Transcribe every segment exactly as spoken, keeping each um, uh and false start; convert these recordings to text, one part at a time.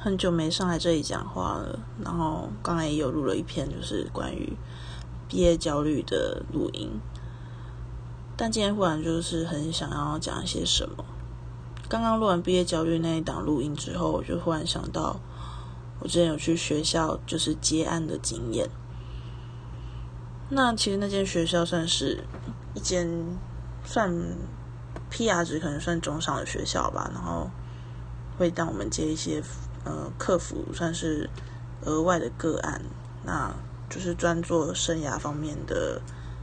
很久没上来这里讲话了，然后刚才也有录了一篇就是关于毕业焦虑的录音，但今天忽然就是很想要讲一些什么。刚刚录完毕业焦虑那一档录音之后，我就忽然想到我之前有去学校就是接案的经验。那其实那间学校算是一间算 P R 值可能算中上的学校吧，然后会让我们接一些呃客服算是额外的个案，那就是专做生涯方面的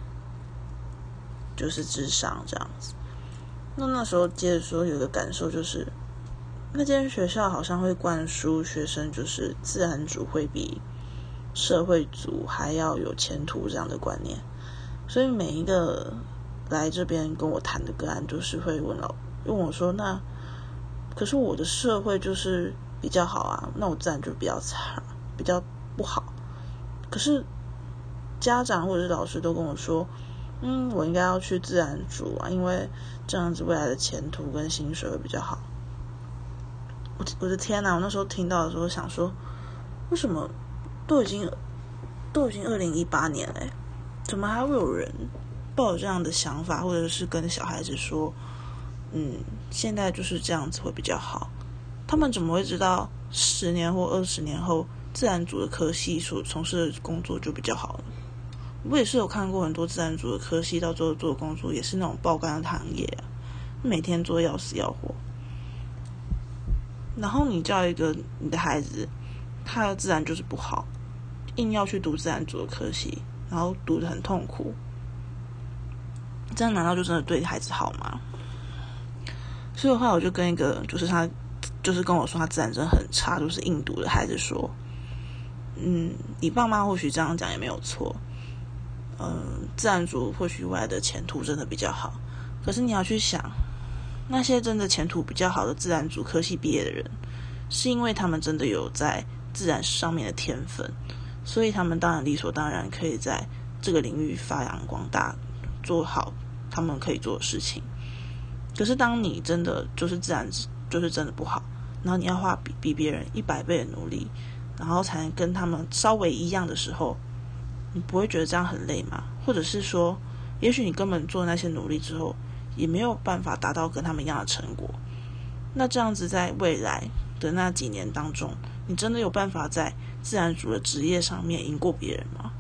就是諮商这样子。那那时候接的时候有个感受就是，那间学校好像会灌输学生就是自然组会比社会组还要有前途这样的观念，所以每一个来这边跟我谈的个案就是会问老问我说，那可是我的社会就是比较好啊，那我自然就比较差，比较不好。可是家长或者是老师都跟我说，嗯，我应该要去自然组啊，因为这样子未来的前途跟薪水会比较好。我我的天哪！我那时候听到的时候想说，为什么都已经都已经二零一八年了，怎么还会有人抱有这样的想法，或者是跟小孩子说，嗯，现在就是这样子会比较好？他们怎么会知道十年或二十年后自然组的科系所从事的工作就比较好呢？我也是有看过很多自然组的科系到最后做的工作也是那种爆肝的行业啊，每天做要死要活。然后你叫一个你的孩子，他的自然就是不好，硬要去读自然组的科系，然后读得很痛苦，这样难道就真的对孩子好吗？所以的话，我就跟一个就是他就是跟我说他自然真的很差，就是硬读的孩子说，嗯，你爸妈或许这样讲也没有错，嗯，自然组或许未来的前途真的比较好，可是你要去想，那些真的前途比较好的自然组科系毕业的人，是因为他们真的有在自然上面的天分，所以他们当然理所当然可以在这个领域发扬光大，做好他们可以做的事情。可是当你真的就是自然就是真的不好，然后你要花比比别人一百倍的努力，然后才能跟他们稍微一样的时候，你不会觉得这样很累吗？或者是说，也许你根本做那些努力之后，也没有办法达到跟他们一样的成果，那这样子在未来的那几年当中，你真的有办法在自然组的职业上面赢过别人吗？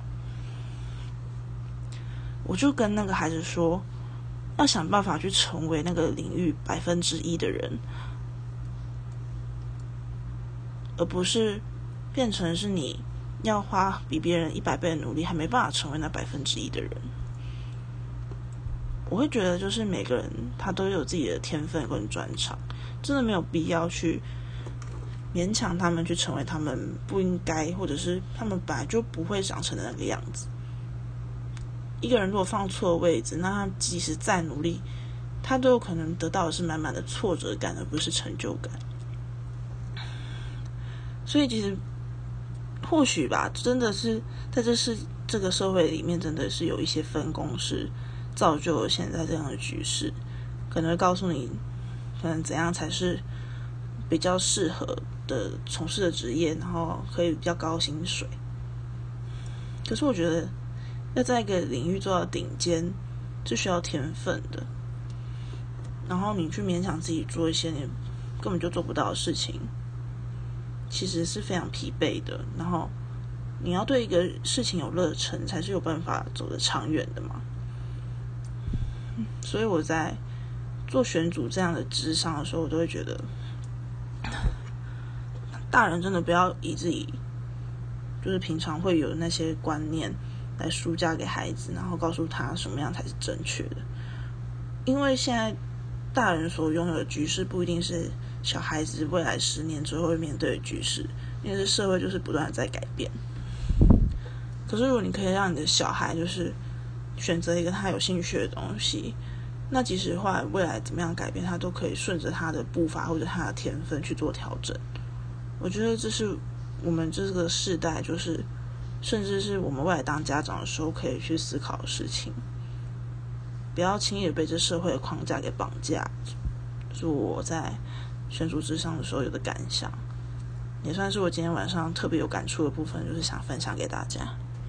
我就跟那个孩子说，要想办法去成为那个领域百分之一的人，而不是变成是你要花比别人一百倍的努力，还没办法成为那百分之一的人。我会觉得，就是每个人他都有自己的天分跟专长，真的没有必要去勉强他们去成为他们不应该，或者是他们本来就不会长成的那个样子。一个人如果放错位置，那他即使再努力，他都有可能得到的是满满的挫折感，而不是成就感。所以其实或许吧，真的是在这是这个社会里面，真的是有一些分工是造就了现在这样的局势，可能会告诉你，可能怎样才是比较适合的从事的职业，然后可以比较高薪水。可是我觉得，要在一个领域做到顶尖，是需要天分的。然后你去勉强自己做一些你根本就做不到的事情，其实是非常疲惫的。然后你要对一个事情有热忱，才是有办法走得长远的嘛。所以我在做选组这样的諮商的时候，我都会觉得，大人真的不要以自己就是平常会有那些观念来输嫁给孩子，然后告诉他什么样才是正确的。因为现在大人所拥有的局势不一定是小孩子未来十年之后会面对的局势，因为这社会就是不断的在改变。可是如果你可以让你的小孩就是选择一个他有兴趣的东西，那即使后来未来怎么样改变，他都可以顺着他的步伐或者他的天分去做调整。我觉得这是我们这个世代，就是甚至是我们未来当家长的时候可以去思考的事情。不要轻易的被这社会的框架给绑架，是我在选组諮商的时候有的感想。 也算是我今天晚上特别有感触的部分，就是想分享给大家。